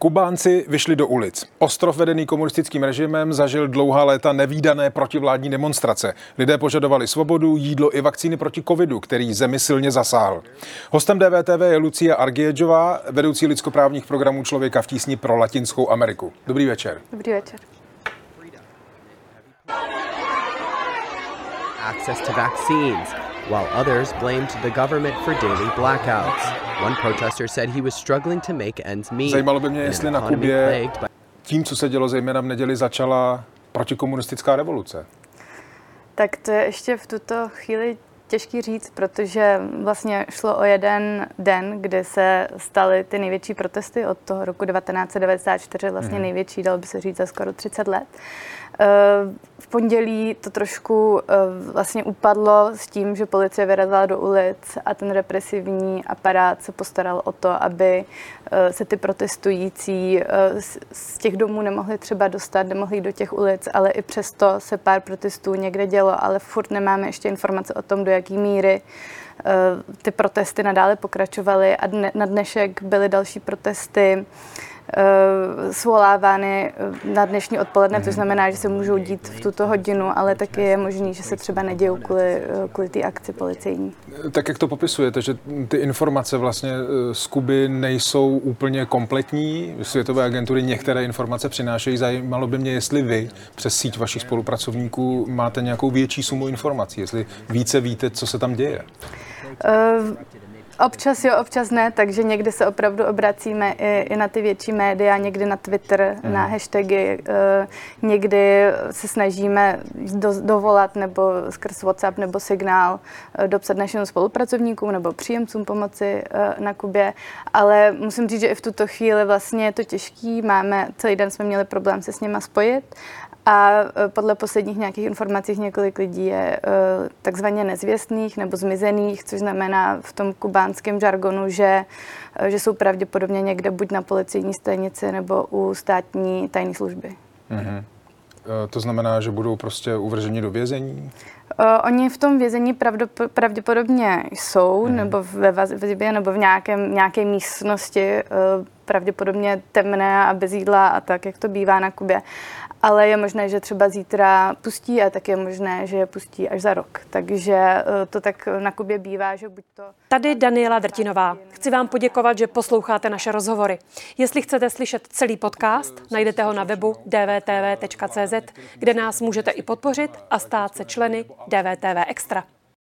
Kubánci vyšli do ulic. Ostrov vedený komunistickým režimem zažil dlouhá léta nevídané protivládní demonstrace. Lidé požadovali svobodu, jídlo i vakcíny proti covidu, který zemi silně zasáhl. Hostem DVTV je Lucia Argiedžová, vedoucí lidskoprávních programů Člověka v tísni pro Latinskou Ameriku. Dobrý večer. Dobrý večer. Access to vaccines, while others blamed the government for daily blackouts. One protester said he was struggling to make ends meet. Zajímalo by mě, jestli na Kubě tím, co se dělo zejména v neděli, začala protikomunistická revoluce. Tak to je ještě v tuto chvíli těžký říct, protože vlastně šlo o jeden den, kdy se staly ty největší protesty od toho roku 1994, vlastně největší, dalo by se říct, za skoro 30 let. V pondělí to trošku vlastně upadlo s tím, že policie vyrazila do ulic a ten represivní aparát se postaral o to, aby se ty protestující z těch domů nemohli třeba dostat, nemohli jít do těch ulic, ale i přesto se pár protestů někde dělo, ale furt nemáme ještě informace o tom, do jaký míry ty protesty nadále pokračovaly a na dnešek byly další protesty svolávány na dnešní odpoledne, to znamená, že se můžou dít v tuto hodinu, ale taky je možný, že se třeba nedějou kvůli té akci policejní. Tak jak to popisujete, že ty informace vlastně z Kuby nejsou úplně kompletní, světové agentury některé informace přinášejí, zajímalo by mě, jestli vy přes síť vašich spolupracovníků máte nějakou větší sumu informací, jestli více víte, co se tam děje. Občas jo, občas ne, takže někdy se opravdu obracíme i na ty větší média, někdy na Twitter, na hashtagy, někdy se snažíme dovolat nebo skrz WhatsApp nebo signál dopsat našim spolupracovníkům nebo příjemcům pomoci na Kubě, ale musím říct, že i v tuto chvíli vlastně je to těžký, celý den jsme měli problém se s nima spojit. A podle posledních nějakých informací několik lidí je takzvaně nezvěstných nebo zmizených, což znamená v tom kubánském žargonu, že jsou pravděpodobně někde buď na policejní stanici nebo u státní tajné služby. To znamená, že budou prostě uvrženi do vězení? Oni v tom vězení pravděpodobně jsou, nebo ve vazbě, nebo v nějaké místnosti, pravděpodobně temné a bez jídla a tak, jak to bývá na Kubě. Ale je možné, že třeba zítra pustí a tak je možné, že je pustí až za rok. Takže to tak na Kubě bývá, že buď to... Tady Daniela Drtinová. Chci vám poděkovat, že posloucháte naše rozhovory. Jestli chcete slyšet celý podcast, najdete ho na webu dvtv.cz, kde nás můžete i podpořit a stát se členy DVTV Extra.